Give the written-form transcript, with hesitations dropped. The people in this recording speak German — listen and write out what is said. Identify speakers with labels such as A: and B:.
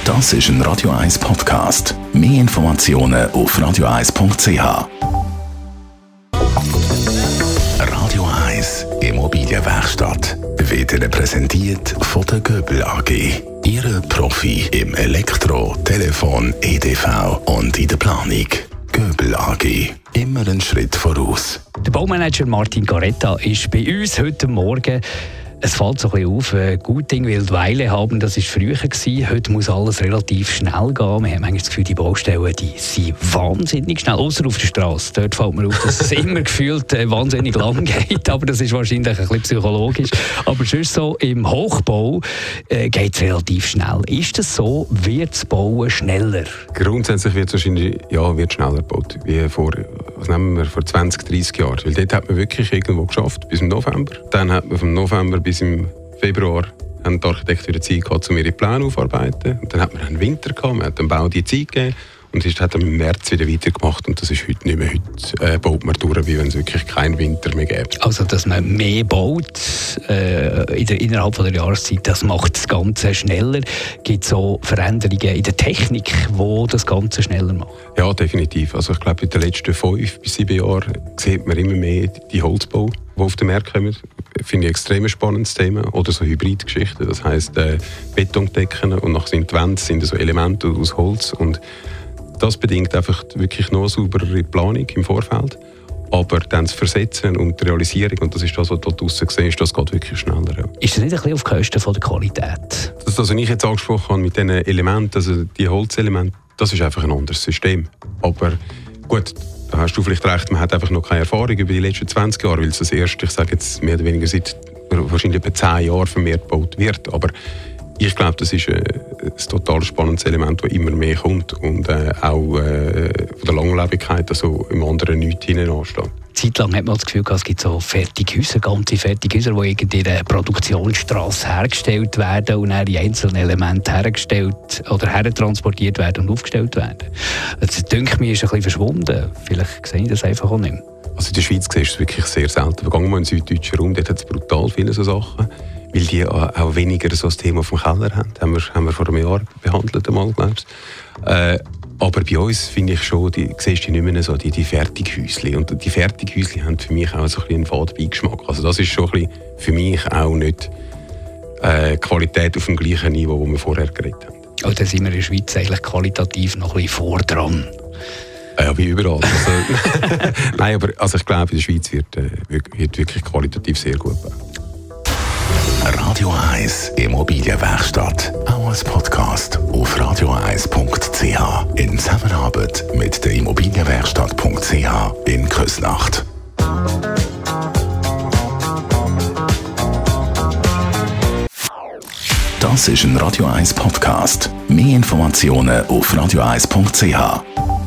A: Das ist ein Radio 1 Podcast. Mehr Informationen auf radio1.ch. Radio 1 Immobilienwerkstatt wird Ihnen präsentiert von der Göbel AG. Ihre Profi im Elektro-, Telefon-, EDV und in der Planung. Göbel AG. Immer einen Schritt voraus.
B: Der Baumanager Martin Garetta ist bei uns heute Morgen. Es fällt so ein bisschen auf, Gutding will die Weile haben, das war früher gewesen. Heute muss alles relativ schnell gehen. Man hat manchmal das Gefühl, die Baustellen die sind wahnsinnig schnell, außer auf der Straße. Dort fällt mir auf, dass es immer gefühlt wahnsinnig lang geht, aber das ist wahrscheinlich ein bisschen psychologisch. Aber sonst so im Hochbau geht es relativ schnell. Ist das so? Wird das Bauen schneller?
C: Grundsätzlich wird es wahrscheinlich wird schneller gebaut, wie vor 20, 30 Jahren. Weil dort hat man wirklich irgendwo geschafft, bis im November. Dann hat man vom November bis im Februar haben die Architekten wieder Zeit gehabt, um ihre Pläne aufzuarbeiten. Und dann hat man einen Winter gehabt, man hat dem Bau die Zeit gegeben und hat dann im März wieder weitergemacht. Und das ist heute nicht mehr. Heute baut man durch, wie wenn es wirklich keinen Winter mehr gäbe.
B: Also, dass man mehr baut innerhalb von der Jahreszeit, das macht das Ganze schneller. Gibt es auch Veränderungen in der Technik, die das Ganze schneller machen?
C: Ja, definitiv. Also ich glaube, in den letzten 5 bis 7 Jahren sieht man immer mehr die Holzbau, die auf den Markt kommen. Finde ich ein extrem spannendes Thema. Oder so Hybridgeschichten. Das heisst, Betondecken und nachher sind die Wände sind so Elemente aus Holz. Und das bedingt einfach wirklich noch saubere Planung im Vorfeld. Aber dann das Versetzen und die Realisierung, und das ist das, was du dort draussen siehst, das geht wirklich schneller. Ja.
B: Ist das nicht ein bisschen auf Kosten von der Qualität?
C: Das, was ich jetzt angesprochen habe mit diesen Elementen, also die Holzelemente, das ist einfach ein anderes System. Aber gut, da hast du vielleicht recht, man hat einfach noch keine Erfahrung über die letzten 20 Jahre, weil es das erste, ich sage jetzt mehr oder weniger seit wahrscheinlich etwa 10 Jahren vermehrt gebaut wird. Aber ich glaube, das ist ein total spannendes Element, das immer mehr kommt und auch von der Langlebigkeit, also im anderen nichts hinten ansteht.
B: Zeitlang hat man das Gefühl, es gibt so Fertighäuser, ganze Fertighäuser, die irgendwie in der Produktionsstraße hergestellt werden und dann die einzelnen Elemente hergestellt oder hertransportiert werden und aufgestellt werden. Das denke ich mir, ist ein bisschen verschwunden. Vielleicht sehe ich das einfach auch nicht mehr.
C: Also in der Schweiz siehst du es wirklich sehr selten. Wir gehen mal in den süddeutschen Raum, dort hat es brutal viele so Sachen, weil die auch weniger so ein Thema auf dem Keller haben. Haben wir vor einem Jahr behandelt, einmal, glaube ich. Aber bei uns finde ich schon, siehst du nicht mehr so die Fertighäuschen. Und die Fertighäuschen haben für mich auch so ein bisschen einen faden Beigeschmack. Also das ist schon ein bisschen für mich auch nicht Qualität auf dem gleichen Niveau, wo wir vorher geredet haben.
B: Oh, da sind wir in der Schweiz eigentlich qualitativ noch ein bisschen vor dran.
C: Ja, wie überall. Also, nein, aber also ich glaube, in der Schweiz wird wirklich qualitativ sehr gut gebaut.
A: Radio 1 Immobilienwerkstatt. Auch als Podcast auf radio1.ch. In Zusammenarbeit mit der Immobilienwerkstatt.ch in Küsnacht. Das ist ein Radio 1 Podcast. Mehr Informationen auf radio1.ch.